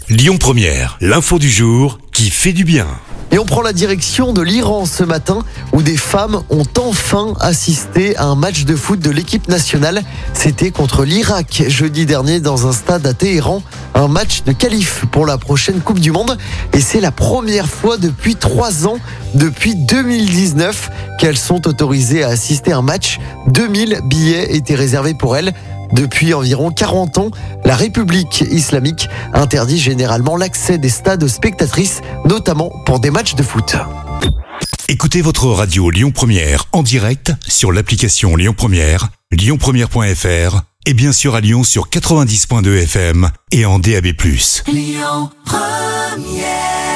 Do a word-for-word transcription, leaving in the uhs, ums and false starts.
Lyon Première, l'info du jour qui fait du bien. Et on prend la direction de l'Iran ce matin où des femmes ont enfin assisté à un match de foot de l'équipe nationale. C'était contre l'Irak jeudi dernier dans un stade à Téhéran. Un match de qualif pour la prochaine Coupe du Monde. Et c'est la première fois depuis trois ans, depuis deux mille dix-neuf, qu'elles sont autorisées à assister à un match. deux mille billets étaient réservés pour elles. Depuis environ quarante ans, la République islamique interdit généralement l'accès des stades aux spectatrices, notamment pour des matchs de foot. Écoutez votre radio Lyon Première en direct sur l'application Lyon Première, lyon première point f r et bien sûr à Lyon sur quatre-vingt-dix virgule deux F M et en D A B plus. Lyon Première.